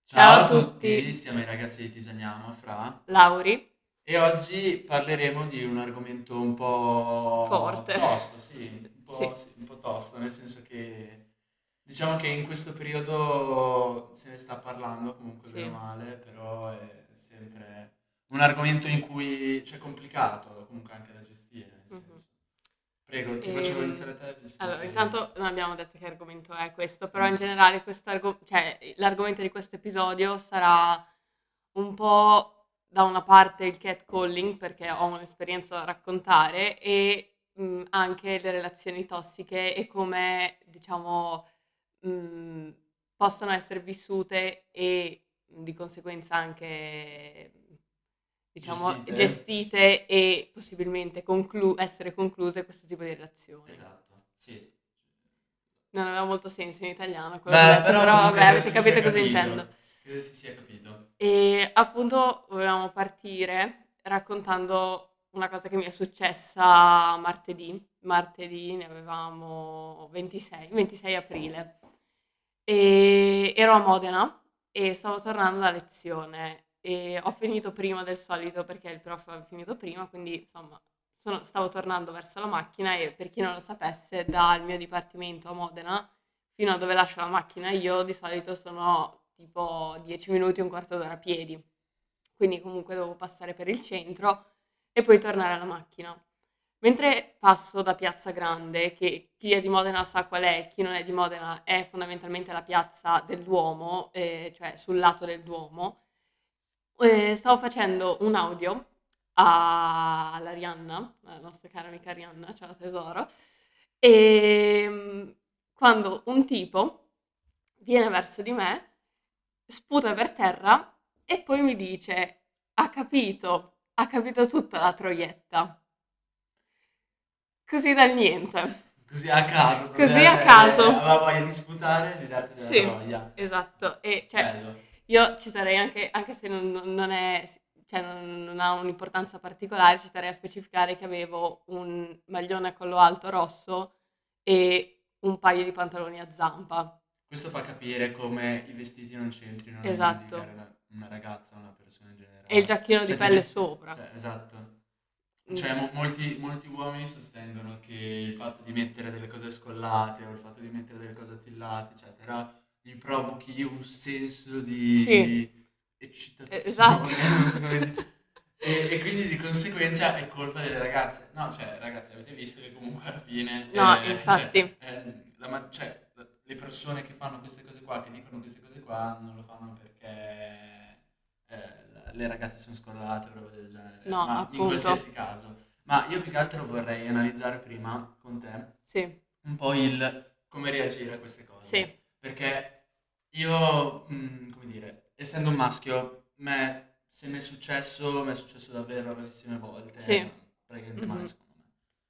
Ciao Ciao a a tutti, tutti, siamo i ragazzi di Tisaniamo, Fra, Lauri, e oggi parleremo di un argomento un po' forte. tosto, sì, Sì. sì, un po' tosto, nel senso che diciamo che in questo periodo se ne sta parlando comunque bene o Sì. male, però è sempre un argomento in cui c'è complicato, comunque anche da gestire, nel Mhm. senso. Prego, ti faccio Ehm, iniziare a te, visto allora, che... intanto non abbiamo detto che argomento è questo, però in Mm, generale cioè, l'argomento di questo episodio sarà un po' da una parte il catcalling, perché ho un'esperienza da raccontare, e anche le relazioni tossiche e come, diciamo, mh, possano essere vissute e di conseguenza anche, diciamo, gestite? gestite e possibilmente essere concluse questo tipo di relazioni. Esatto, sì. Non aveva molto senso in italiano quello che ho Beh, detto, però però comunque vabbè, credo avete si sia capito cosa intendo. capito. Credo si sia capito. E appunto volevamo partire raccontando una cosa che mi è successa martedì. Martedì ne avevamo 26 aprile. E ero a Modena e stavo tornando da lezione e ho finito prima del solito perché il prof aveva finito prima, quindi insomma stavo tornando verso la macchina e per chi non lo sapesse, dal mio dipartimento a Modena fino a dove lascio la macchina io di solito sono tipo 10 minuti, un quarto d'ora a piedi. Quindi comunque dovevo passare per il centro e poi tornare alla macchina. Mentre passo da Piazza Grande, che chi è di Modena sa qual è, chi non è di Modena è fondamentalmente la piazza del Duomo, cioè sul lato del Duomo, stavo facendo un audio all'Arianna, alla nostra cara amica Arianna, ciao tesoro, e quando un tipo viene verso di me, sputa per terra e poi mi dice, ha capito tutta la troietta. Così dal niente. Così a caso, Così proprio, a cioè, caso. aveva voglia di sputare e di darti della Sì, troia. esatto. E cioè, Bello. io ci terrei anche se non è, cioè non ha un'importanza particolare, ci terrei a specificare che avevo un maglione a collo alto rosso e un paio di pantaloni a zampa. Questo fa capire come i vestiti non c'entrino nel Esatto. giudicare una ragazza o una persona in E il generale. giacchino di Cioè, pelle sopra. cioè, esatto. Mm. Cioè, molti uomini sostengono che il fatto di mettere delle cose scollate o il fatto di mettere delle cose attillate, eccetera, gli provochi un senso Sì, di esatto. eccitazione, non so come dire. E quindi di conseguenza è colpa delle ragazze. No, cioè, ragazzi, avete visto che comunque alla fine, No, infatti. le persone che fanno queste cose qua, che dicono queste cose qua, non lo fanno perché le ragazze sono scollate o roba del genere, No, ma in appunto. qualsiasi caso. Ma io più che altro vorrei analizzare prima con te Sì, un po' il come reagire a queste cose. sì. Perché io, come dire, essendo un maschio, se mi è successo davvero rarissime volte, Sì. ma praticamente mai Mhm. secondo me.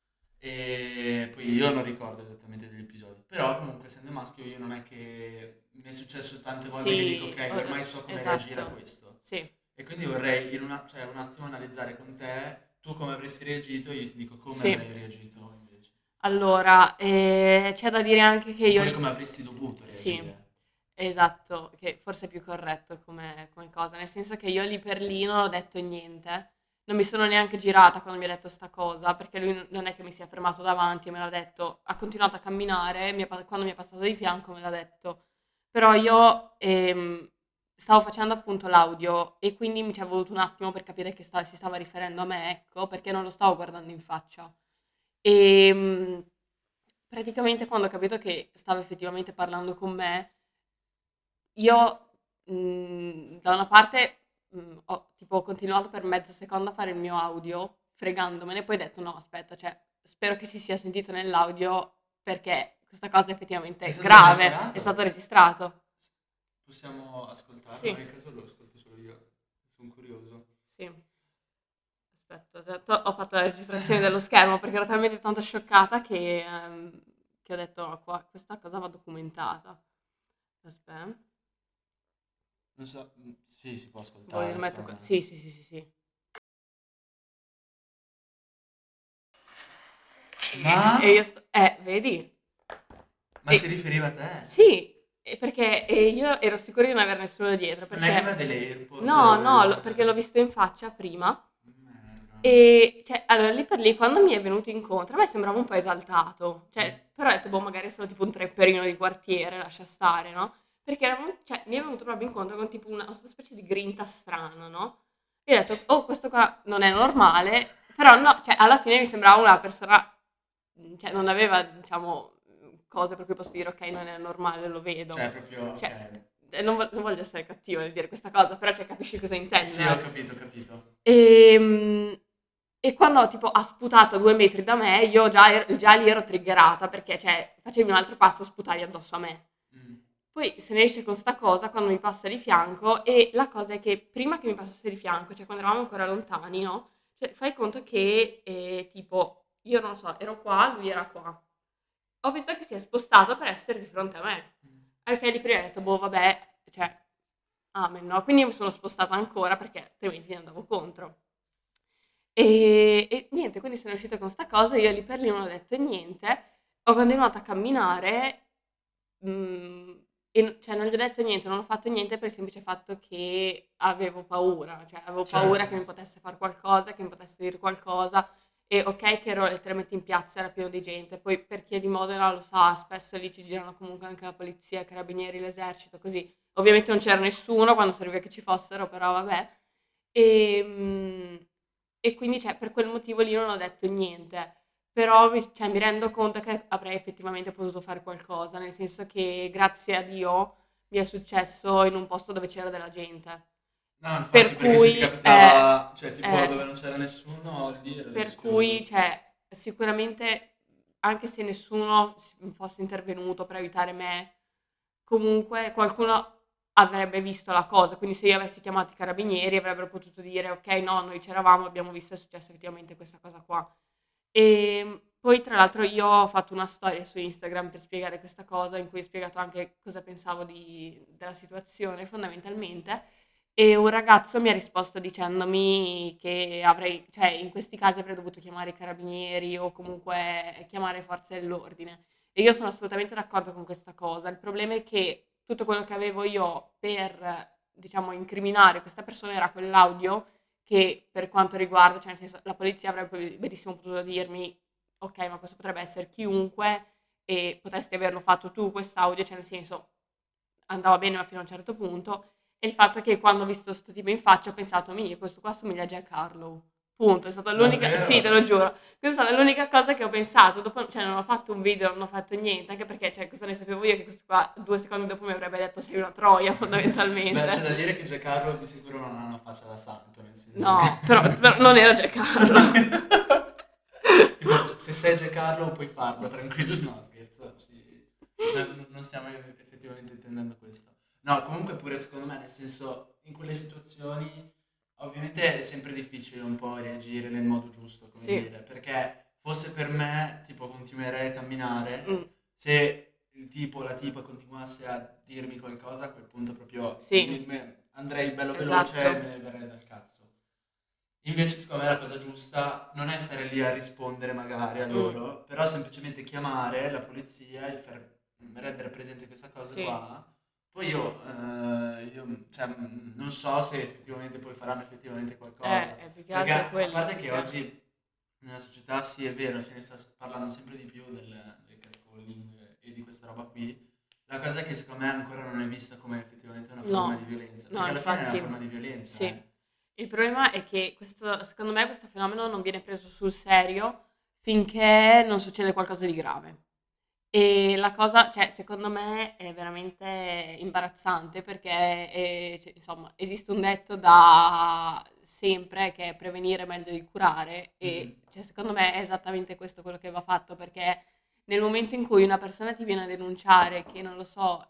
E poi io non ricordo esattamente degli episodi, però comunque essendo maschio io non è che mi è successo tante volte che dico Sì, ok, ormai so come reagire a esatto. questo. Sì. E quindi vorrei cioè, un attimo analizzare con te tu come avresti reagito e io ti dico come Sì. avrei reagito invece. Allora, c'è da dire anche che io Oppure come avresti dovuto sì, reagire. esatto, che forse è più corretto come cosa, nel senso che io lì per lì non ho detto niente, non mi sono neanche girata quando mi ha detto sta cosa, perché lui non è che mi sia fermato davanti e me l'ha detto, ha continuato a camminare, quando mi è passato di fianco me l'ha detto, però io stavo facendo appunto l'audio e quindi mi ci è voluto un attimo per capire che si stava riferendo a me, ecco, perché non lo stavo guardando in faccia. E praticamente quando ho capito che stava effettivamente parlando con me, io da una parte ho tipo continuato per mezzo secondo a fare il mio audio, fregandomene, poi ho detto no, aspetta, cioè spero che si sia sentito nell'audio perché questa cosa È effettivamente è stato grave, è stato registrato? registrato. Possiamo ascoltarlo? Sì, Nel caso lo ascolto solo io. Sono curioso. sì. Aspetta, ho fatto la registrazione dello schermo perché ero talmente tanto scioccata che ho detto "Oh, questa cosa va documentata. Aspetta, Non so, sì, si può voi ascoltare, lo metto qua. secondo me. Sì, sì, sì, sì, sì. E io Ma, vedi? ma si E riferiva a te? sì, perché io ero sicura di non aver nessuno dietro, Non è che aveva perché delle AirPods o no, roba del no, perché l'ho genere? visto in faccia prima Merda. e cioè, allora lì per lì quando mi è venuto incontro a me sembrava un po' esaltato, Mm. cioè, però ho detto, boh, magari è solo tipo un trepperino di quartiere, lascia stare, no? Perché cioè, mi è venuto proprio incontro con tipo una specie di grinta strana, no? E ho detto, oh, questo qua non è normale, però no, cioè, alla fine mi sembrava una persona, cioè, non aveva, diciamo, cose per cui posso dire, ok, non è normale, lo Cioè, vedo. proprio, Cioè, ok. non voglio essere cattiva nel dire questa cosa, però cioè, capisci cosa intendo, Sì, ho eh. capito, ho capito. E, e quando tipo ha sputato a 2 metri da me, io già lì ero triggerata perché cioè, facevi un altro passo, sputavi addosso a me. Mm. Poi se ne esce con sta cosa quando mi passa di fianco e la cosa è che prima che mi passasse di fianco, cioè quando eravamo ancora lontani, no? Cioè, fai conto che tipo, io non lo so, ero qua, lui era qua. Ho visto che si è spostato per essere di fronte a me. Perché lì prima ho detto, boh, vabbè, cioè, amen, no? Quindi io mi sono spostata ancora perché altrimenti gli andavo contro. E niente, quindi sono uscita con sta cosa, io lì per lì non ho detto niente, ho continuato a camminare, cioè non gli ho detto niente, non ho fatto niente per il semplice fatto che avevo paura, cioè avevo paura Certo. che mi potesse fare qualcosa, che mi potesse dire qualcosa, e ok che ero letteralmente in piazza, era pieno di gente, poi per chi è di Modena lo sa, spesso lì ci girano comunque anche la polizia, i carabinieri, l'esercito, così. Ovviamente non c'era nessuno quando serviva che ci fossero, però vabbè. E quindi cioè, per quel motivo lì non ho detto niente, però cioè, mi rendo conto che avrei effettivamente potuto fare qualcosa, nel senso che grazie a Dio mi è successo in un posto dove c'era della gente. No, Per infatti, perché se ti cui, capitava, cioè, tipo eh, dove non c'era nessuno, lì era per cui, rischioso. cioè, sicuramente anche se nessuno fosse intervenuto per aiutare me, comunque qualcuno avrebbe visto la cosa, quindi se io avessi chiamato i carabinieri avrebbero potuto dire ok, no, noi c'eravamo, abbiamo visto, è successo effettivamente questa cosa qua. E poi tra l'altro io ho fatto una storia su Instagram per spiegare questa cosa, in cui ho spiegato anche cosa pensavo della situazione fondamentalmente. E un ragazzo mi ha risposto dicendomi che avrei, cioè in questi casi avrei dovuto chiamare i carabinieri o comunque chiamare le forze dell'ordine. E io sono assolutamente d'accordo con questa cosa. Il problema è che tutto quello che avevo io per, diciamo, incriminare questa persona era quell'audio che per quanto riguarda, cioè nel senso, la polizia avrebbe benissimo potuto dirmi, ok, ma questo potrebbe essere chiunque e potresti averlo fatto tu quest'audio, cioè nel senso, andava bene ma fino a un certo punto. E il fatto è che quando ho visto sto tipo in faccia ho pensato, questo qua somiglia a Jack Harlow. Punto, è stata l'unica, sì, te lo Davvero? giuro, questa è stata l'unica cosa che ho pensato, dopo, cioè non ho fatto un video, non ho fatto niente, anche perché, cioè, cosa ne sapevo io che questo qua 2 secondi dopo mi avrebbe detto sei una troia, Beh, c'è fondamentalmente. da dire che Giancarlo di sicuro non ha una faccia da santo, nel senso che... No, però non era Jack Harlow. Tipo, se sei Giancarlo puoi farlo, tranquillo. No, scherzo, non stiamo effettivamente intendendo questo. No, comunque pure secondo me, nel senso, in quelle situazioni ovviamente è sempre difficile un po' reagire nel modo giusto, come Sì, dire, perché fosse per me, tipo, continuerei a camminare, mm, se il tipo o la tipa continuasse a dirmi qualcosa, a quel punto proprio sì, andrei bello veloce e me esatto. ne verrei dal cazzo. Invece, secondo me, la cosa giusta non è stare lì a rispondere magari a Mm, loro, però semplicemente chiamare la polizia e rendere presente questa cosa sì, qua. Poi cioè, non so se effettivamente poi faranno effettivamente qualcosa. più che Perché altro è a quello, parte più che che altro. oggi nella società sì è vero, se ne sta parlando sempre di più del catcalling e di questa roba qui. La cosa è che secondo me ancora non è vista come effettivamente una forma di No, violenza, no, perché alla fine è una forma infatti, di violenza, sì. Il problema è che secondo me questo fenomeno non viene preso sul serio finché non succede qualcosa di grave. E la cosa, cioè, secondo me è veramente imbarazzante perché, cioè, insomma, esiste un detto da sempre che è prevenire è meglio di curare Mm. e, cioè, secondo me è esattamente questo quello che va fatto perché nel momento in cui una persona ti viene a denunciare che, non lo so,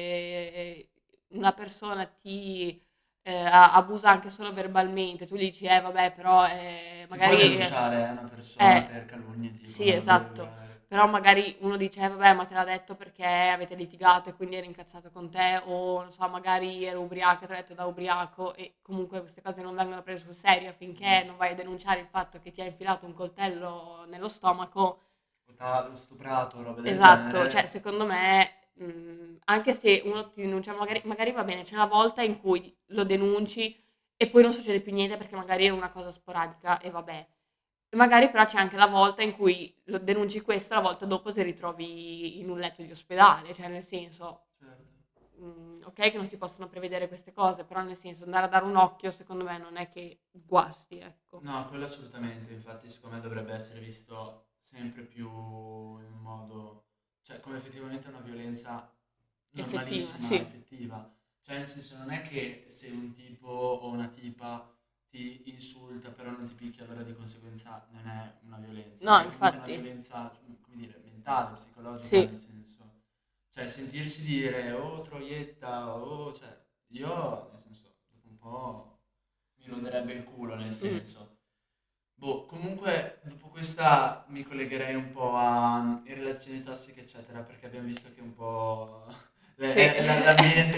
una persona ti abusa anche solo verbalmente, tu gli dici, vabbè, però Si può magari... denunciare una persona eh, per calunnie, tipo sì, una roba del esatto. genere. Però magari uno dice, vabbè, ma te l'ha detto perché avete litigato e quindi eri incazzato con te, o non so, magari ero ubriaco e te l'ha detto da ubriaco, e comunque queste cose non vengono prese sul serio Mm. finché non vai a denunciare il fatto che ti ha infilato un coltello nello stomaco. Stuprato, roba del Esatto, cioè genere. secondo me, anche se uno ti denuncia, magari va bene, c'è la volta in cui lo denunci e poi non succede più niente perché magari era una cosa sporadica e vabbè. Magari però c'è anche la volta in cui lo denunci questo, la volta dopo ti ritrovi in un letto di ospedale, cioè nel senso, Certo. ok che non si possono prevedere queste cose, però nel senso andare a dare un occhio secondo me non è che guasti, ecco. No, quello assolutamente, infatti secondo me dovrebbe essere visto sempre più in un modo, cioè come effettivamente una violenza Effettiva, normalissima, sì, effettiva. Cioè nel senso non è che se un tipo o una tipa ti insulta però non ti picchia, allora di conseguenza non è una violenza, no, è comunque una infatti, violenza, come dire, mentale, psicologica, sì, nel senso, cioè sentirsi dire oh troietta, oh, cioè io nel senso dopo un po' mi roderebbe il culo, nel mm, senso. Boh, comunque dopo questa mi collegherei un po' a relazioni tossiche, eccetera, perché abbiamo visto che un po' sì, l'ambiente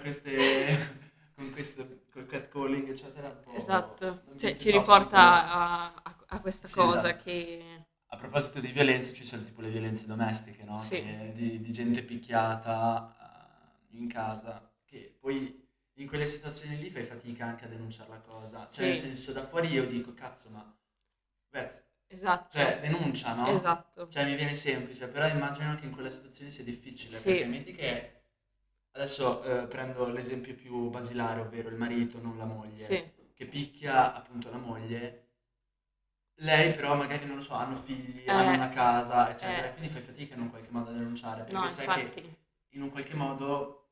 con questo, col catcalling, eccetera, è un po' esatto, un cioè ambiente ci tossico. riporta a questa Sì, cosa esatto. che, A proposito di violenze, ci sono tipo le violenze domestiche, no? sì, Di gente picchiata in casa, che poi in quelle situazioni lì fai fatica anche a denunciare la cosa. Cioè, nel sì, senso, da fuori io dico, cazzo, ma Vez, cioè, esatto, denuncia, no? esatto, Cioè, mi viene semplice, però immagino che in quella situazione sia difficile, perché sì, metti che adesso prendo l'esempio più basilare, ovvero il marito, non la sì, moglie, che picchia appunto la moglie. Lei però magari, non lo so, hanno figli, hanno eh, una casa, eh, eccetera, e quindi fai fatica in un qualche modo a denunciare, no, perché sai che infatti, in un qualche modo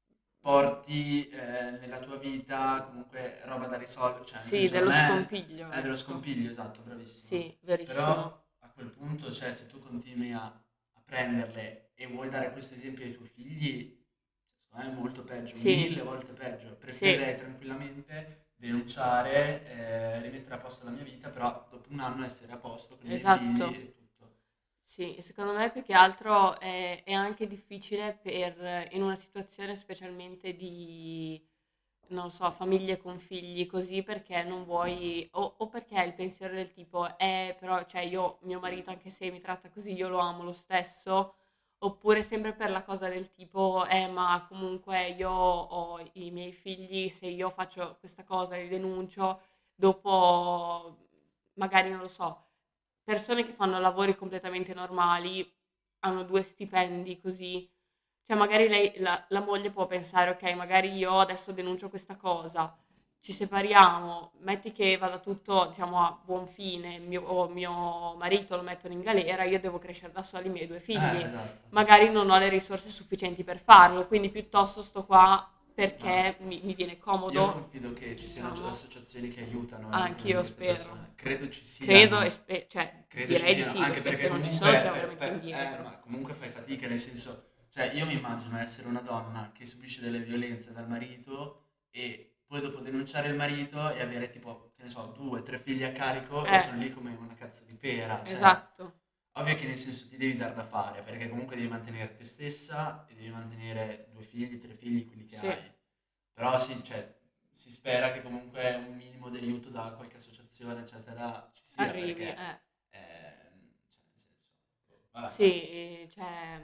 porti nella tua vita comunque roba da risolvere, cioè nel sì, senso non dello è, scompiglio, è dello ecco, scompiglio, esatto, bravissima. sì, verissimo, Però a quel punto, cioè se tu continui a prenderle e vuoi dare questo esempio ai tuoi figli, secondo me è molto peggio, sì, mille volte peggio. sì, Preferirei tranquillamente denunciare, rimettere a posto la mia vita, però dopo un anno essere a posto con i miei figli esatto. e tutto. Sì, e secondo me più che altro è anche difficile per in una situazione specialmente di, non so, famiglie con figli così, perché non vuoi, o perché hai il pensiero del tipo, però, cioè io, mio marito, anche se mi tratta così, io lo amo lo stesso, oppure sempre per la cosa del tipo, ma comunque io ho i miei figli, se io faccio questa cosa, li denuncio, dopo magari non lo so, persone che fanno lavori completamente normali, hanno 2 stipendi così, cioè magari lei la moglie può pensare: "Okay, magari io adesso denuncio questa cosa, ci separiamo, metti che vada tutto diciamo a buon fine, mio marito lo mettono in galera, io devo crescere da sola i miei 2 figli, Esatto. magari non ho le risorse sufficienti per farlo, quindi piuttosto sto qua Ma perché mi viene io comodo", confido che ci siano diciamo. associazioni che aiutano effettivamente Anch'io queste spero. persone. Credo ci Credo e siano. cioè Credo ci direi di siano, sì, anche perché se perché non ci comunque, sono siamo veramente indietro. ma comunque fai fatica, nel senso, cioè io mi immagino essere una donna che subisce delle violenze dal marito e poi dopo denunciare il marito e avere tipo, che ne so, due, tre figli a carico e Eh, sono lì come una cazzo di pera, cioè, esatto. ovvio che nel senso ti devi dar da fare, perché comunque devi mantenere te stessa e devi mantenere due figli, tre figli, quelli che Sì, hai. Però sì, cioè, si spera che comunque un minimo di aiuto da qualche associazione, eccetera, ci sia, arrivi, perché, eh. cioè, nel senso, vabbè. Sì, cioè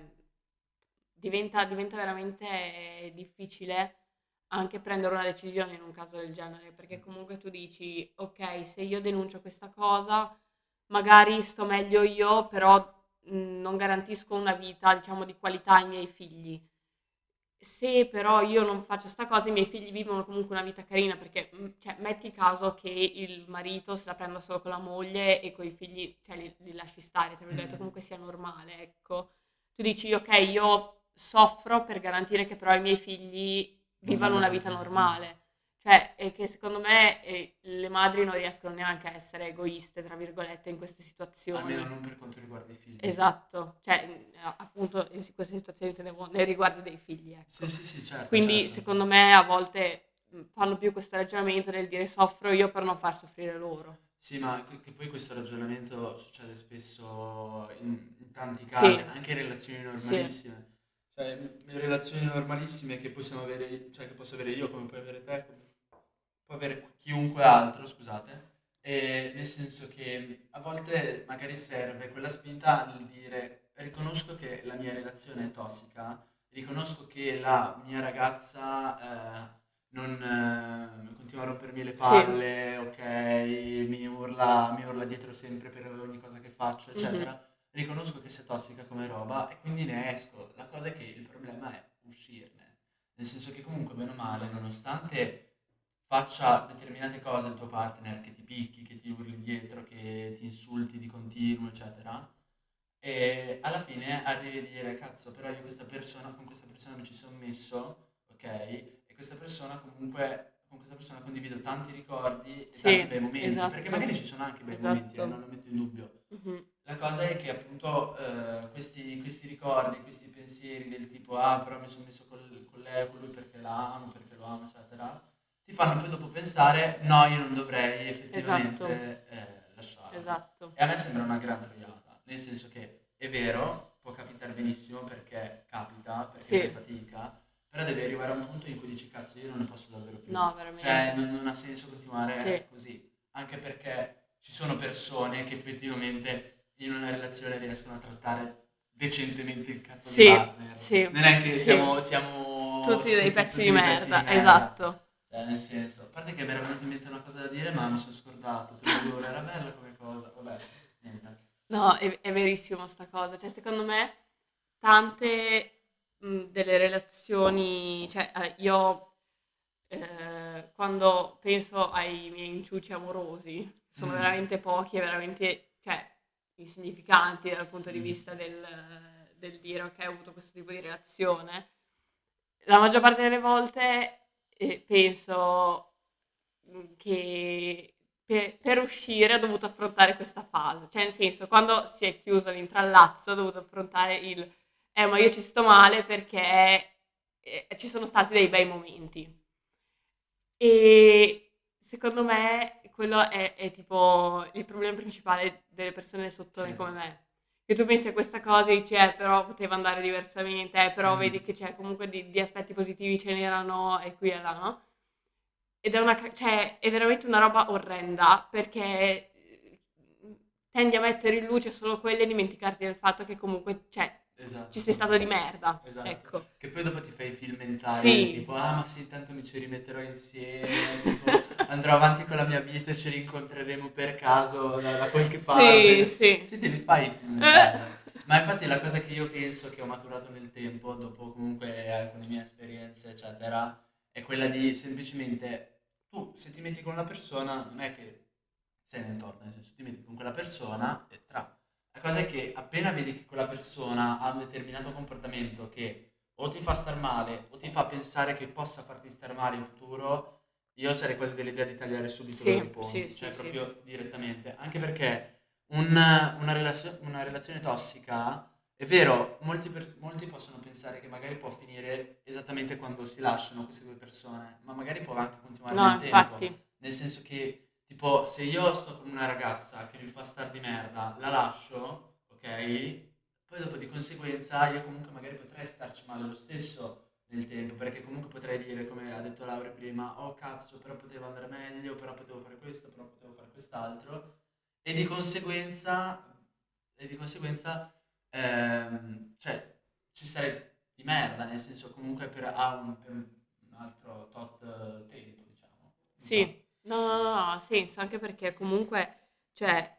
diventa veramente difficile anche prendere una decisione in un caso del genere, perché comunque tu dici: "Okay, se io denuncio questa cosa, magari sto meglio io, però, non garantisco una vita, diciamo, di qualità ai miei figli". Se però io non faccio 'sta cosa, i miei figli vivono comunque una vita carina perché, cioè metti caso che il marito se la prenda solo con la moglie e coi figli, cioè li lasci stare, tra virgolette, Mm, comunque sia normale, ecco. Tu dici: "Okay, io soffro per garantire che però i miei figli vivano vivano una vita tranquillamente. normale". Cioè, e che secondo me, le madri non riescono neanche a essere "egoiste", tra virgolette, in queste Almeno situazioni. non per quanto riguarda i figli. Esatto, cioè, appunto in queste situazioni intendevo nei riguardi dei figli, Sì, ecco. sì, sì, certo, Quindi certo. secondo me a volte, fanno più questo ragionamento del dire: "Soffro io per non far soffrire loro". Sì, ma che poi questo ragionamento succede spesso in tanti casi, Sì, anche in relazioni sì, normalissime. Cioè, in relazioni normalissime che possiamo avere, cioè che posso avere io, come puoi avere te, come può avere chiunque altro, scusate. E nel senso che a volte magari serve quella spinta nel dire riconosco che la mia relazione è tossica riconosco che la mia ragazza non continua a rompermi le Sì. palle, ok, mi urla dietro sempre per ogni cosa che faccio, Mhm. eccetera. Riconosco che sia tossica come roba e quindi ne esco. La cosa è che il problema è uscirne. Nel senso che comunque, bene o male, nonostante faccia determinate cose il tuo partner, che ti picchi, che ti urli dietro, che ti insulti di continuo, eccetera, e alla fine arrivi a dire, cazzo, però io questa persona, con questa persona mi ci sono messo, ok? E questa persona comunque, con questa persona condivido tanti ricordi e tanti bei Sì, momenti, perché magari esatto, ci sono anche bei momenti, non esatto. lo metto in dubbio. Mhm. La cosa è che appunto questi ricordi, questi pensieri del tipo, ah, però mi sono messo con lei o con lui perché la amo, perché lo amo, eccetera, ti fanno poi dopo pensare, no, io non dovrei Esatto, effettivamente lasciarlo. esatto. E a me sembra una gran troiata, nel senso che è vero, può capitare benissimo perché capita, perché fai Sì, fatica, però devi arrivare a un punto in cui dici, cazzo, io non ne posso davvero più. no, Cioè, veramente. non ha senso Sì, continuare così, anche perché ci sono persone che effettivamente in una relazione riescono a trattare decentemente il cazzo di sì, partner. sì, Non è che sì. siamo Tutti dei pezzi tutti di dei pezzi di merda, merda. esatto. Cioè, nel senso, a parte che mi era venuta in mente una cosa da dire, ma mi sono scordato. Te lo giuro, era bella come cosa. Vabbè, niente. No, è verissimo sta cosa. Cioè, secondo me, tante delle relazioni, cioè, io quando penso ai miei inciuci amorosi, sono Mm, veramente pochi e veramente, cioè, insignificanti dal punto di mm, vista del dire ok, ho avuto questo tipo di relazione. La maggior parte delle volte penso che per uscire ho dovuto affrontare questa fase, cioè nel senso quando si è chiuso l'intrallazzo ho dovuto affrontare ma io ci sto male perché ci sono stati dei bei momenti. E secondo me quello è tipo il problema principale delle persone sì. sottone come me. Che tu pensi a questa cosa e dici, però poteva andare diversamente, però Mm, vedi che c'è comunque di aspetti positivi ce n'erano e qui e là, no? Ed è cioè, è veramente una roba orrenda perché tendi a mettere in luce solo quelle e dimenticarti del fatto che comunque, cioè, ci sei esatto. stato di merda, Esatto. ecco. Che poi dopo ti fai i film mentali del Sì, tipo, ah, ma sì, tanto mi ci rimetterò insieme, tipo, andrò avanti con la mia vita e ci rincontreremo per caso da qualche sì, parte. sì. Sì, devi fare i film Eh, mentali. Ma infatti la cosa che io penso che ho maturato nel tempo, dopo comunque alcune mie esperienze, eccetera, è quella di semplicemente, tu se ti metti con una persona, non è che sei nel torto, nel senso ti metti con quella persona e tra. La cosa è che appena vedi che quella persona ha un determinato comportamento che o ti fa star male o ti fa pensare che possa farti star male in futuro, io sarei quasi dell'idea di tagliare subito loro i sì, sì, ponti, sì, cioè sì. proprio direttamente. Anche perché una relazione tossica, è vero, molti possono pensare che magari può finire esattamente quando si lasciano queste due persone, ma magari può anche continuare No, nel tempo. infatti. Nel senso che, tipo, se io sto con una ragazza che mi fa star di merda, la lascio, ok? Poi dopo di conseguenza io comunque magari potrei starci male lo stesso nel tempo, perché comunque potrei dire, come ha detto Laura prima, oh cazzo, però poteva andare meglio, però potevo fare questo, però potevo fare quest'altro, e di conseguenza, e di conseguenza, cioè, ci sarei di merda, nel senso comunque per un altro tot tempo, diciamo. Non so. Sì. No, no, no, no, ha senso, anche perché comunque, cioè,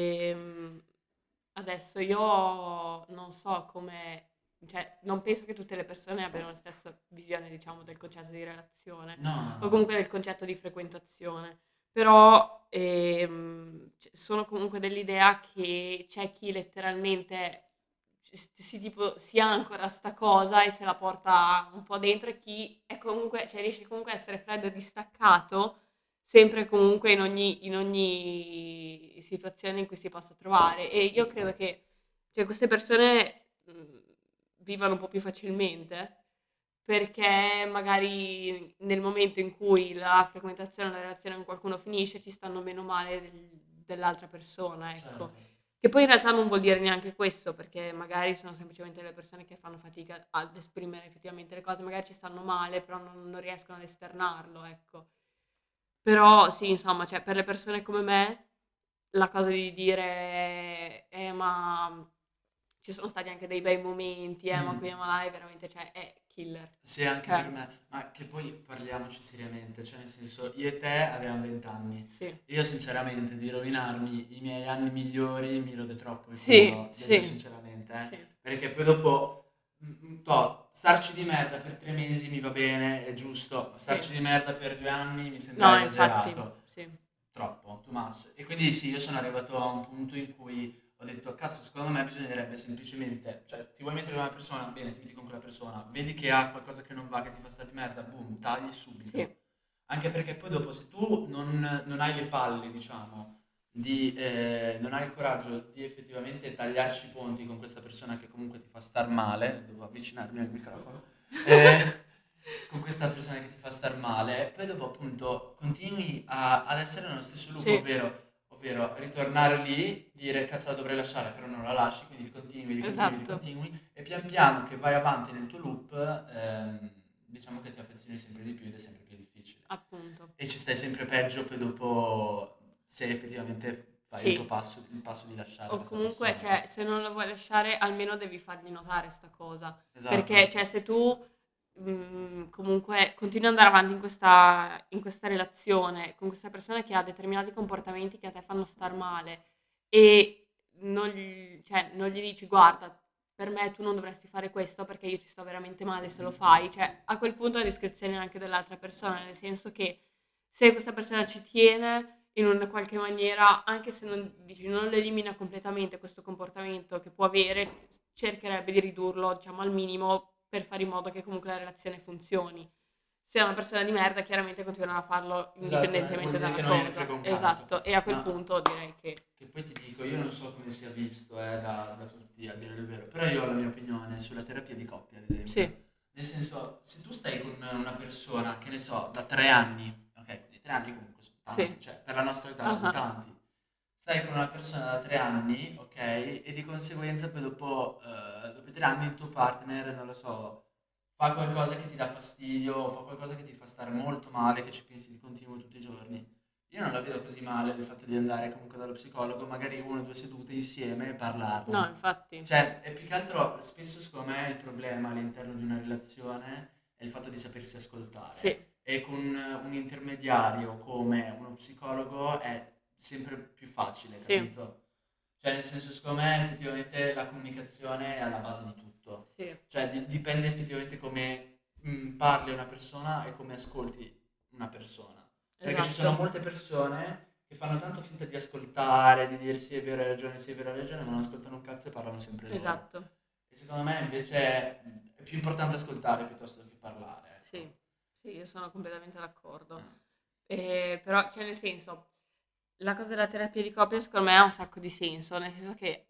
adesso io non so come, cioè, non penso che tutte le persone abbiano la stessa visione, diciamo, del concetto di relazione No, no, o no. comunque del concetto di frequentazione, però sono comunque dell'idea che c'è chi letteralmente si ancora a sta cosa e se la porta un po' dentro e chi è comunque, cioè riesce comunque a essere freddo e distaccato sempre e comunque in ogni situazione in cui si possa trovare. E io credo che cioè, queste persone vivano un po' più facilmente perché magari nel momento in cui la frequentazione, la relazione con qualcuno finisce, ci stanno meno male dell'altra persona, ecco. Certo. Che poi in realtà non vuol dire neanche questo, perché magari sono semplicemente le persone che fanno fatica ad esprimere effettivamente le cose, magari ci stanno male, però non riescono ad esternarlo, ecco. Però sì, insomma, cioè per le persone come me, la cosa di dire: ma ci sono stati anche dei bei momenti, ma Mm. con Yamalai veramente, cioè, è killer. Sì, anche per Cioè, me, ma che poi parliamoci seriamente, cioè nel senso, io e te avevamo 20 anni. sì, Io sinceramente di rovinarmi i miei anni migliori mi rode troppo il sì, culo, detto sì, sinceramente, sì, perché poi dopo, starci di merda per 3 mesi mi va bene, è giusto, sì. starci di merda per 2 anni mi sembra No, infatti, esagerato, sì, troppo, too much. E quindi sì, io sono arrivato a un punto in cui ho detto, cazzo, secondo me bisognerebbe semplicemente, cioè, ti vuoi mettere con una persona, bene, ti metti con quella persona, vedi che ha qualcosa che non va, che ti fa stare di merda, boom, tagli sì, subito. Anche perché poi dopo, se tu non hai le palle, diciamo, non hai il coraggio di effettivamente tagliarci i ponti con questa persona che comunque ti fa star male, devo avvicinarmi al microfono, eh, con questa persona che ti fa star male, poi dopo appunto continui ad essere nello stesso loop, sì, ovvero ritornare lì, dire cazzo la dovrei lasciare, però non la lasci, quindi esatto, ricontinui, e pian piano che vai avanti nel tuo loop, diciamo che ti affezioni sempre di più ed è sempre più difficile. appunto. E ci stai sempre peggio poi dopo se effettivamente fai Sì, il passo di lasciare o questa comunque, persona. cioè, se non lo vuoi lasciare, almeno devi fargli notare sta cosa. Esatto, Perché, cioè, se tu comunque continui ad andare avanti in questa relazione con questa persona che ha determinati comportamenti che a te fanno star male e non gli dici, guarda, per me tu non dovresti fare questo perché io ci sto veramente male se lo fai, cioè, a quel punto è a discrezione anche dell'altra persona, nel senso che se questa persona ci tiene in una qualche maniera, anche se non lo elimina completamente questo comportamento che può avere, cercherebbe di ridurlo, diciamo, al minimo per fare in modo che comunque la relazione funzioni. Se è una persona di merda, chiaramente continuerà a farlo esatto, vuol indipendentemente dire che dalla non gliene frega cosa. un cazzo. Esatto, e a quel Ma punto direi che che poi ti dico, io non so come sia visto da tutti, a dire il vero, però io ho la mia opinione sulla terapia di coppia, ad sì, esempio. Nel senso, se tu stai con una persona, che ne so, da 3 anni, ok, quindi 3 anni comunque sono sì, tanti, cioè per la nostra età sono ah, tanti. Stai con una persona da 3 anni, ok, e di conseguenza poi dopo i 3 anni il tuo partner, non lo so, fa qualcosa che ti dà fastidio, fa qualcosa che ti fa stare molto male, che ci pensi di continuo tutti i giorni. Io non la vedo così male il fatto di andare comunque dallo psicologo, magari 1 o 2 sedute insieme e no, parlarne. infatti, Cioè, è più che altro, spesso secondo me il problema all'interno di una relazione è il fatto di sapersi sì, ascoltare. E con un intermediario come uno psicologo è sempre più facile, sì, capito? Cioè, nel senso, secondo me effettivamente la comunicazione è alla base di tutto. sì, Cioè, dipende effettivamente come parli a una persona e come ascolti una persona. Perché ci sono esatto, molte persone che fanno tanto finta di ascoltare, di dire sì è vero, hai ragione, sì è vero, hai ragione, ma non ascoltano un cazzo e parlano sempre loro. esatto, E secondo me invece è più importante ascoltare piuttosto che parlare, ecco. sì, sì, io sono completamente d'accordo. Eh, Però, cioè, nel senso, la cosa della terapia di coppia secondo me ha un sacco di senso, nel senso che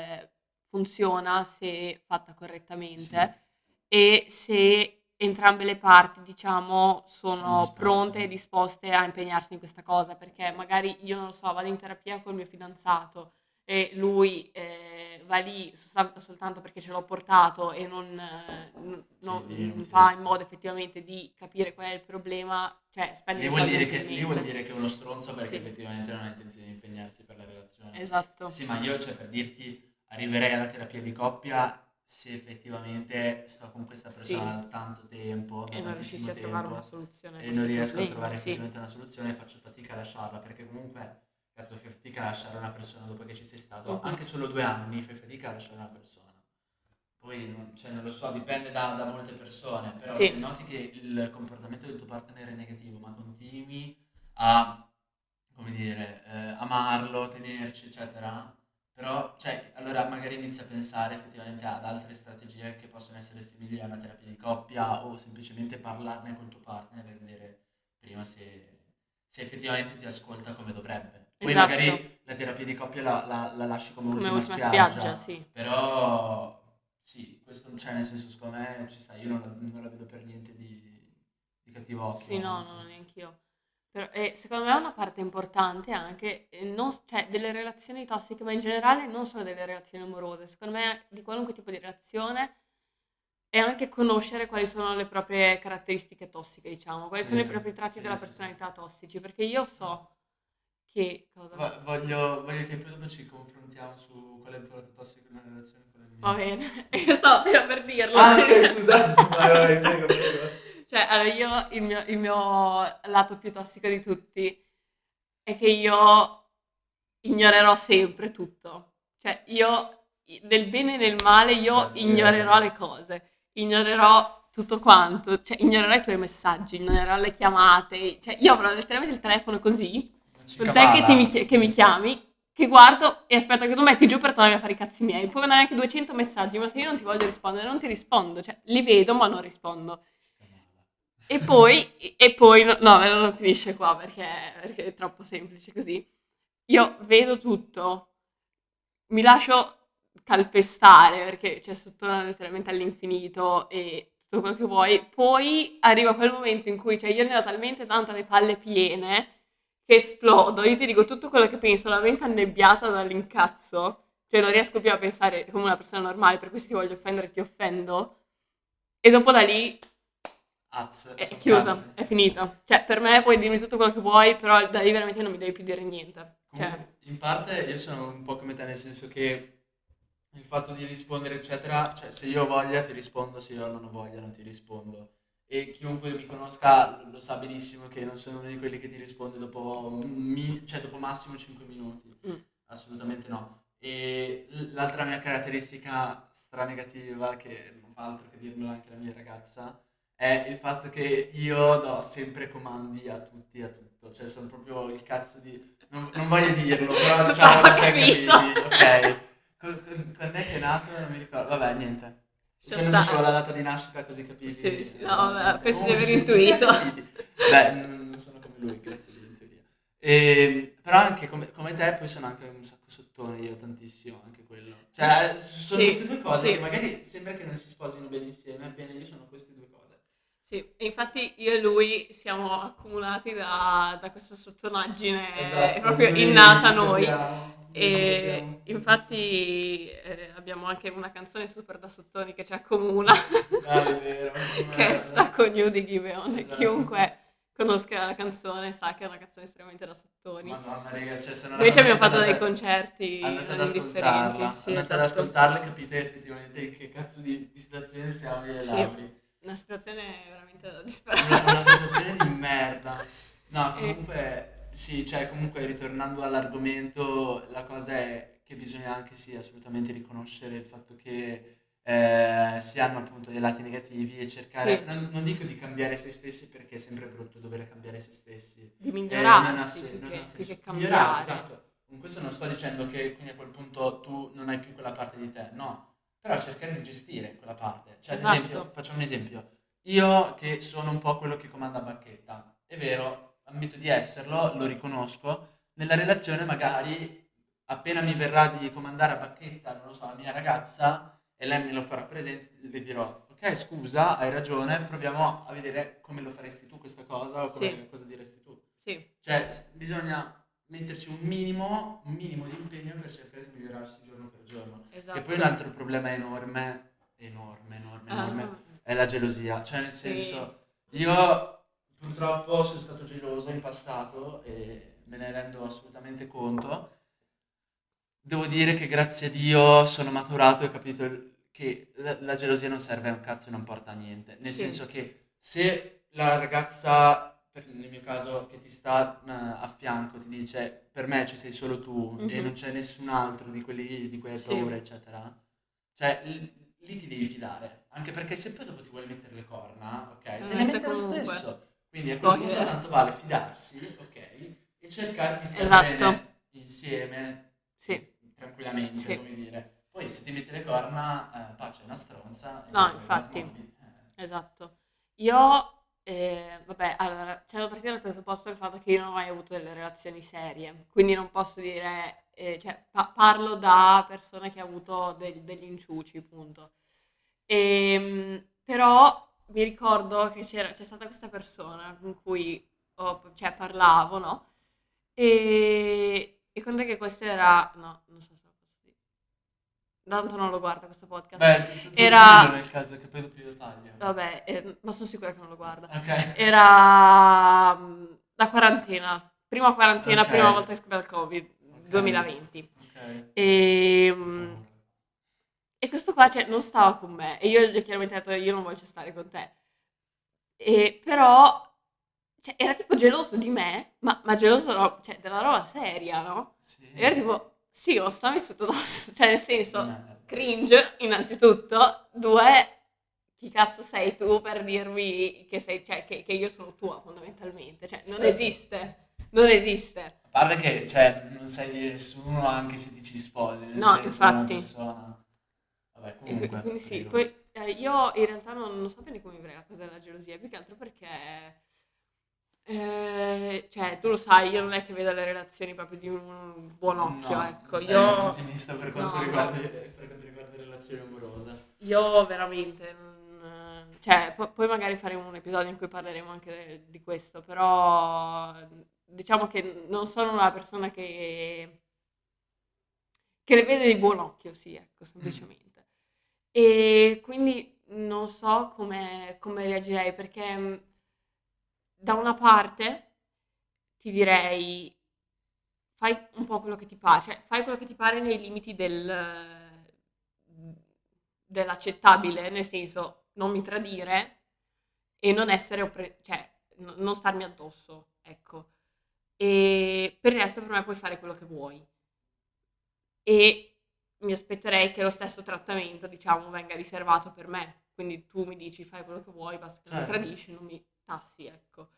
funziona se fatta sì, correttamente e se entrambe le parti, diciamo, sono sono disposte. pronte e disposte a impegnarsi in questa cosa, perché magari io non lo so, vado in terapia col mio fidanzato e lui va lì soltanto perché ce l'ho portato e Sì, lì è non inutile. fa in modo effettivamente di capire qual è il problema, cioè spende soldi Lì vuol inutilmente. dire che è uno stronzo perché Sì, effettivamente non ha intenzione di impegnarsi per la relazione. esatto. Sì, ma io, cioè, per dirti, arriverei alla terapia di coppia se effettivamente sto con questa persona Sì, da tanto tempo, da e non riuscissi tantissimo a trovare una tempo, soluzione a e non questo riesco a problema, trovare sì. effettivamente una soluzione e faccio fatica a lasciarla, perché comunque, cazzo, fai fatica a lasciare una persona dopo che ci sei stato, Mh-mh. anche solo 2 anni, fai fatica a lasciare una persona. Poi non, cioè, non lo so, dipende da molte persone, però se Sì, noti che il comportamento del tuo partner è negativo, ma continui a, come dire, amarlo, tenerci, eccetera, però, cioè, allora magari inizi a pensare effettivamente ad altre strategie che possono essere simili a una terapia di coppia o semplicemente parlarne col tuo partner e vedere prima se effettivamente ti ascolta come dovrebbe. Poi esatto. magari la terapia di coppia la lasci come Come ultima ultima spiaggia, spiaggia, sì. però sì, questo cioè, nel senso, secondo me ci sta, io non la vedo per niente di cattivo Sì, occhio, no, anzi. no, neanch'io. Però, secondo me una parte importante anche, non s cioè delle relazioni tossiche, ma in generale non solo delle relazioni amorose, secondo me di qualunque tipo di relazione, è anche conoscere quali sono le proprie caratteristiche tossiche, diciamo, quali sono i Sì, propri tratti sì, della sì, sì. personalità tossici, perché io so che cosa? Voglio che poi dopo ci confrontiamo su qual è il tuo lato tossico in una relazione con le Va bene, io stavo per dirlo. Ah, ok, scusa. Vai, prego. Cioè, allora io il mio lato più tossico di tutti è che io ignorerò sempre tutto. Cioè, io nel bene e nel male io ignorerò le cose, ignorerò tutto quanto, cioè ignorerò i tuoi messaggi, ignorerò le chiamate, cioè io avrò letteralmente il telefono così, con te che mi chiami, che guardo e aspetto che tu metti giù per tornare a fare i cazzi miei. Puoi mandare anche 200 messaggi, ma se io non ti voglio rispondere, non ti rispondo. Cioè, li vedo, ma non rispondo. E poi no, non finisce qua perché è troppo semplice così. Io vedo tutto, mi lascio calpestare perché c'è sotto letteralmente all'infinito e tutto quello che vuoi. Poi arriva quel momento in cui, cioè, io ne ho talmente tanto le palle piene che esplodo. Io ti dico tutto quello che penso, la mente annebbiata dall'incazzo, cioè non riesco più a pensare come una persona normale, per cui se ti voglio offendere ti offendo. E dopo da lì è chiusa, è finita. Cioè, per me puoi dirmi tutto quello che vuoi, però da lì veramente non mi devi più dire niente. Cioè, Comunque, in parte io sono un po' come te, nel senso che il fatto di rispondere, eccetera, cioè se io ho voglia ti rispondo, se io non ho voglia non ti rispondo. E chiunque mi conosca lo sa benissimo che non sono uno di quelli che ti risponde dopo, cioè dopo massimo 5 minuti. mm, Assolutamente no. E l'altra mia caratteristica stranegativa, che non fa altro che dirmelo anche la mia ragazza, è il fatto che io do sempre comandi a tutti e a tutto. Cioè sono proprio il cazzo di... Non voglio dirlo, però diciamo ho che sei capito. capiti, ok? Quando è che è nato? Non mi ricordo. Vabbè, niente. Ci Se non sta. dicevo la data di nascita così capivi, Sì, sì, no, vabbè, niente. penso di Comunque aver ci siamo intuito. capiti. Beh, non sono come lui, grazie Dio, in teoria. Però anche come te poi sono anche un sacco sottone, io tantissimo, anche quello. Cioè, sono Sì, queste due cose che sì. magari sembra che non si sposino bene insieme, ebbene io sono queste due cose. Sì, e infatti io e lui siamo accumulati da questa sottonaggine, è Esatto, proprio noi innata a ci noi. capiamo, noi ci E capiamo. infatti abbiamo anche una canzone super da sottoni che ci accomuna, Ah, è vero, che che è merda. Stuck on You di Giveon. E Esatto. chiunque conosca la canzone sa che è una canzone estremamente da sottoni. Madonna, raga, cioè se non la Noi ci abbiamo conoscete fatto dei concerti andate ad non indifferenti, ascoltarla, sì, andate ad esatto. ascoltarla e capite effettivamente in che cazzo di situazione siamo io e Sì, Lauri. una situazione veramente da Una disperare. situazione di merda. No, E- comunque, sì, cioè comunque ritornando all'argomento, la cosa è che bisogna anche sì assolutamente riconoscere il fatto che si hanno appunto dei lati negativi e cercare, sì, non dico di cambiare se stessi perché è sempre brutto dover cambiare se stessi, di non ha, migliorarsi non ha più senso. che Migliorarsi, cambiare. esatto. Con questo non sto dicendo che quindi a quel punto tu non hai più quella parte di te, no, però cercare di gestire quella parte. Cioè, ad esempio, Esatto. facciamo un esempio. Io che sono un po' quello che comanda a bacchetta, è vero, ammetto di esserlo, lo riconosco, nella relazione magari appena mi verrà di comandare a bacchetta, non lo so, la mia ragazza e lei me lo farà presente, le dirò, ok, scusa, hai ragione, proviamo a vedere come lo faresti tu questa cosa o Sì, come cosa diresti tu. sì, Cioè, bisogna metterci un minimo di impegno per cercare di migliorarsi giorno per giorno. Che poi un esatto. altro problema enorme, enorme, enorme, enorme, Ah, è la gelosia. Cioè, nel sì, senso, io purtroppo sono stato geloso in passato e me ne rendo assolutamente conto. Devo dire che grazie a Dio sono maturato e ho capito che la gelosia non serve a un cazzo e non porta a niente. Nel sì, senso che se la ragazza, nel mio caso, che ti sta a fianco ti dice per me ci sei solo tu e mhm, non c'è nessun altro di quelli di cui hai sì, paura, eccetera, cioè lì ti devi fidare. Anche perché se poi dopo ti vuole mettere le corna, te ok, lo te le mette mette lo comunque. stesso. Quindi a quel punto Spoiler. tanto vale fidarsi, ok, e cercare di star Esatto, bene insieme sì, tranquillamente, sì. come dire. Poi se ti metti le corna, pace, è una stronza No, e la infatti, smolli. esatto. Io, vabbè, allora, c'è da partire dal presupposto del fatto che io non ho mai avuto delle relazioni serie, quindi non posso dire, cioè, parlo da persona che ha avuto degli inciuci, punto. Però mi ricordo che c'è stata questa persona con cui cioè, parlavo, no? E quando è che questa era... No, non so se lo posso dire. Tanto non lo guarda questo podcast. Beh, dillo Era... nel caso che poi dopo io taglio. Vabbè, ma sono sicura che non lo guarda. Ok, Era la quarantena. ok, Prima volta che è scoppiato il Covid, ok, 2020. ok. E, Che paura. E questo qua, cioè, non stava con me e io gli ho chiaramente detto: "Io non voglio stare con te". Però, cioè, era tipo geloso di me, ma geloso cioè, della roba seria, no? E era Sì, tipo, sì, lo sta messo addosso, cioè nel di senso, merda. cringe innanzitutto, due, chi cazzo sei tu per dirmi che sei, cioè, che io sono tua fondamentalmente, cioè, non Certo. esiste, non esiste. A parte che, cioè, non sai di nessuno anche se ti ci sposi, nel No, senso che una infatti. persona... Vabbè, E comunque, quindi sì, prego. poi io in realtà non so bene come vivrei la cosa della gelosia, più che altro perché, cioè, tu lo sai, io non è che vedo le relazioni proprio di un buon occhio, No, ecco, sei molto io, ottimista no, no, per quanto riguarda relazioni amorose. io veramente, cioè, poi magari faremo un episodio in cui parleremo anche di questo, però diciamo che non sono una persona che le vede di buon occhio, sì, ecco, Mm. semplicemente. E quindi non so come reagirei perché da una parte ti direi fai un po' quello che ti pare, cioè fai quello che ti pare nei limiti dell'accettabile, nel senso non mi tradire e non essere cioè non starmi addosso, ecco. E per il resto per me puoi fare quello che vuoi. E mi aspetterei che lo stesso trattamento, diciamo, venga riservato per me. Quindi tu mi dici fai quello che vuoi, basta che non mi Certo. tradisci, non mi tassi, ecco.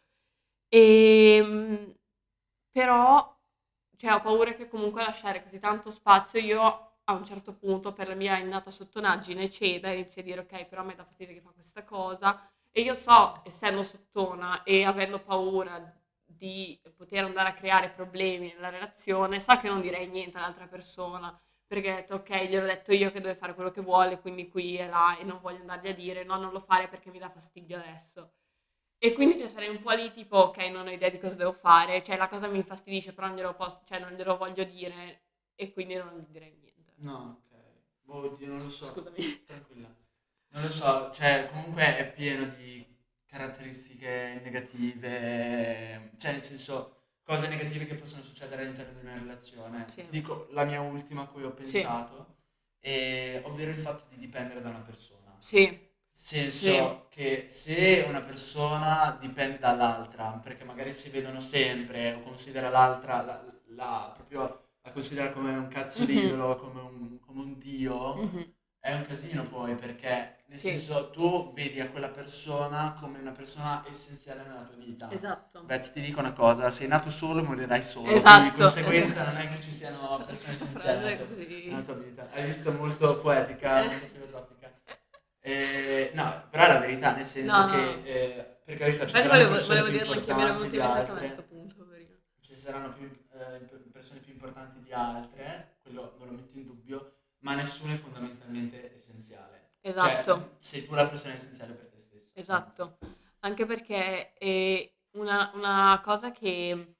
Ehm, Però, cioè, ho paura che comunque lasciare così tanto spazio, io a un certo punto per la mia innata sottonaggine ceda e inizi a dire ok, però a me dà fastidio che fa questa cosa. E io so, essendo sottona e avendo paura di poter andare a creare problemi nella relazione, so che non direi niente all'altra persona, perché ho detto ok, gliel'ho detto io che deve fare quello che vuole, quindi qui e là, e non voglio andargli a dire no, non lo fare perché mi dà fastidio adesso. E quindi cioè, sarei un po' lì tipo ok, non ho idea di cosa devo fare, cioè la cosa mi infastidisce, però cioè, non glielo voglio dire e quindi non gli direi niente. No, ok. Boh, oddio, non lo so. Scusami. Tranquilla. Non lo so, cioè, comunque è pieno di caratteristiche negative, cioè, nel senso, cose negative che possono succedere all'interno di una relazione. Sì, Ti dico la mia ultima a cui ho sì, pensato, ovvero il fatto di dipendere da una persona. sì, sì. Senso che se una persona dipende dall'altra, perché magari si vedono sempre o considera l'altra, proprio la considera come un cazzo Mhm, d'idolo, come un dio, mhm, è un casino poi, perché nel sì, senso tu vedi a quella persona come una persona essenziale nella tua vita. esatto. Beh, ti dico una cosa, sei nato solo, morirai solo, quindi di Esatto, conseguenza non è che ci siano persone questa essenziali frase è nella così. tua vita. Hai visto molto poetica, Eh. molto filosofica. No, però è la verità, nel No, senso che no. per carità ci Infatti saranno persone volevo più dirlo anche a me, era importanti venuto di in mente anche a me a altre, sto punto, poverino. ci saranno persone più importanti di altre, quello non lo metto in dubbio, ma nessuno è fondamentalmente essenziale. Esatto. Cioè, sei tu la persona essenziale per te stesso. Punto. Esatto, anche perché una cosa che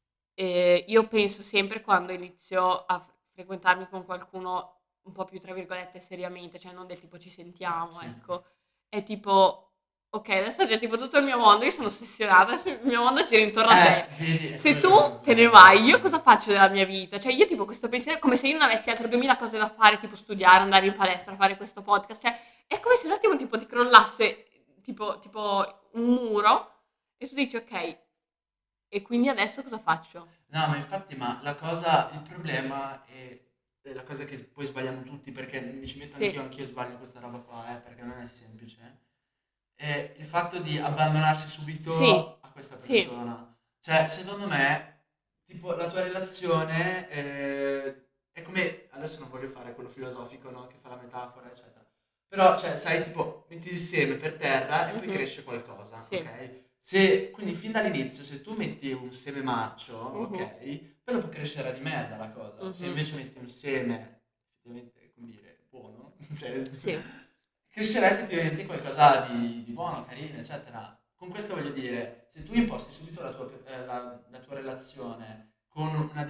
io penso sempre quando inizio a frequentarmi con qualcuno un po' più, tra virgolette, seriamente, cioè non del tipo ci sentiamo, Sì. ecco, è tipo, ok, adesso c'è tipo tutto il mio mondo, io sono ossessionata, adesso il mio mondo gira intorno a te. Vedi, è Se tu quello il te ne problema. vai, io cosa faccio della mia vita? Cioè io tipo questo pensiero è come se io non avessi altre 2000 cose da fare, tipo studiare, andare in palestra, fare questo podcast, cioè è come se un attimo tipo ti crollasse tipo un muro e tu dici ok, e quindi adesso cosa faccio? No, ma infatti, ma la cosa, il problema è la cosa che poi sbagliamo tutti, perché mi ci metto Sì, anch'io sbaglio questa roba qua, perché non è semplice, è il fatto di abbandonarsi sì, subito a questa sì, persona. Cioè, secondo me, tipo, la tua relazione è come, adesso non voglio fare quello filosofico, no? Che fa la metafora, eccetera. Però, cioè, sai, tipo, metti il seme per terra e poi mhm, cresce qualcosa, sì, ok? Se, quindi fin dall'inizio, se tu metti un seme marcio, mhm, ok? Poi dopo crescerà di merda la cosa. Se mhm, invece metti un seme, effettivamente, come dire, buono, cioè, sì, crescerà effettivamente qualcosa di buono, carino, eccetera. Con questo voglio dire, se tu imposti subito la tua relazione con una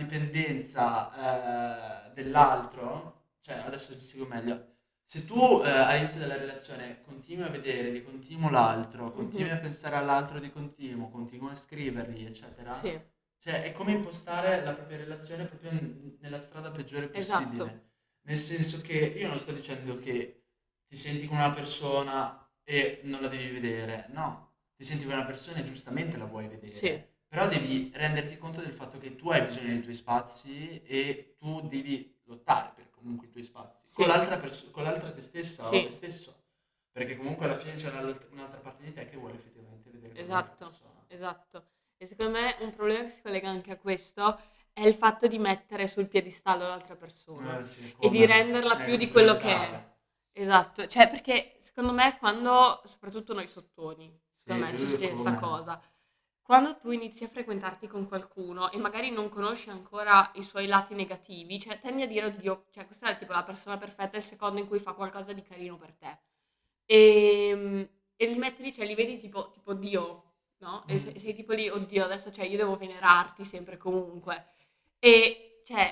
dipendenza dell'altro, cioè adesso mi spiego meglio, se tu all'inizio della relazione continui a vedere di continuo l'altro, continui mhm, a pensare all'altro di continuo, continui a scrivergli, eccetera, sì, cioè è come impostare la propria relazione proprio nella strada peggiore esatto, possibile. Nel senso che io non sto dicendo che ti senti con una persona e non la devi vedere, no, ti senti con una persona e giustamente la vuoi vedere, Sì, però devi renderti conto del fatto che tu hai bisogno dei tuoi spazi e tu devi lottare per comunque i tuoi spazi, con sì, con l'altra te stessa o te sì, stesso, perché comunque alla fine c'è un'altra parte di te che vuole effettivamente vedere quell'altra esatto, persona. esatto. E secondo me un problema che si collega anche a questo è il fatto di mettere sul piedistallo l'altra persona Sì, e di come? renderla più di quello che è. Complementare. Esatto, cioè perché secondo me quando, soprattutto noi sottoni, secondo Sì, me succede questa come? cosa, quando tu inizi a frequentarti con qualcuno e magari non conosci ancora i suoi lati negativi, cioè tendi a dire, oddio, cioè questa è tipo la persona perfetta, è il secondo in cui fa qualcosa di carino per te. E li metti lì, cioè li vedi tipo Dio, no? E Mm. sei tipo lì, oddio, adesso cioè io devo venerarti sempre e comunque. E cioè,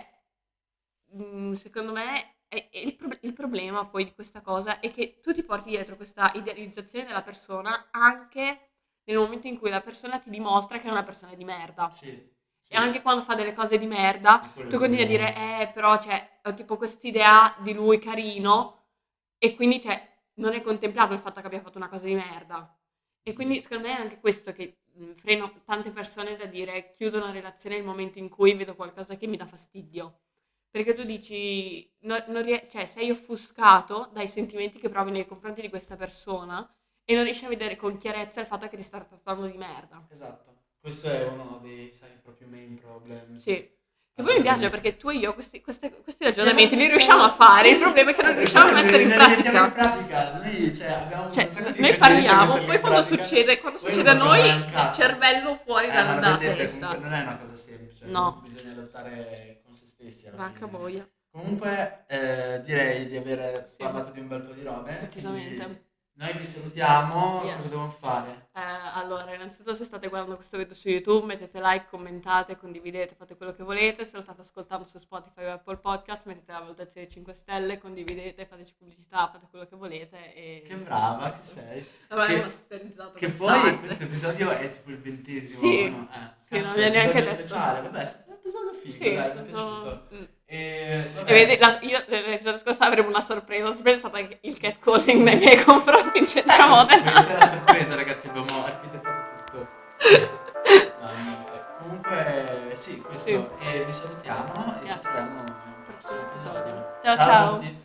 secondo me il problema poi di questa cosa è che tu ti porti dietro questa idealizzazione della persona anche nel momento in cui la persona ti dimostra che è una persona di merda. Sì, E sì, anche quando fa delle cose di merda, è quello tu il continui a problema. dire, però, cioè, ho tipo quest'idea di lui carino, e quindi, cioè, non è contemplato il fatto che abbia fatto una cosa di merda. E quindi, secondo me, è anche questo che freno tante persone da dire chiudo una relazione nel momento in cui vedo qualcosa che mi dà fastidio. Perché tu dici, cioè, sei offuscato dai sentimenti che provi nei confronti di questa persona e non riesci a vedere con chiarezza il fatto che ti sta trattando di merda. Esatto. Questo è uno dei, sai, proprio main Sì. problems. Che poi mi piace Assolutamente. perché tu e io questi Ce la ragionamenti li riusciamo a facciamo, fare, il sì, problema è che non è riusciamo a quello, mettere in non li mettiamo in pratica. pratica. Noi, cioè, abbiamo avuto un Cioè, sacco di noi occasioni per parliamo, metterli poi in pratica, quando poi non succede a facciamo noi, mai un cioè, cazzo. cervello fuori Ma la da vedete, comunque testa. non è una cosa semplice, No, comunque bisogna lottare con se stessi alla vacca fine. boia. Comunque direi di aver Sì, parlato di un bel po' di robe, quindi decisamente. noi vi salutiamo, cosa Yes. devo fare? Allora, innanzitutto se state guardando questo video su YouTube, mettete like, commentate, condividete, fate quello che volete. Se lo state ascoltando su Spotify o Apple Podcast, mettete la valutazione 5 stelle, condividete, fateci pubblicità, fate quello che volete Che e brava che questo. sei. Allora, è Che, masterizzato che poi quest'arte. questo episodio è tipo il 20°, o Sì, no? sì, non Cazzo, mi è ha neanche episodio detto. speciale. Vabbè, è stato un episodio figo, Sì, è dai, mi è stato... piaciuto. E E vedi, vabbè, io l'episodio scorso avremo una sorpresa, la sorpresa è stata il catcalling nei miei confronti in centro questa è la modena. sorpresa, ragazzi, abbiamo architettato tutto. No, niente. Comunque, sì, Sì, questo. E vi salutiamo e ci yes. troviamo in un Prossimo prossimo episodio. episodio. Ciao Ciao a ciao! tutti.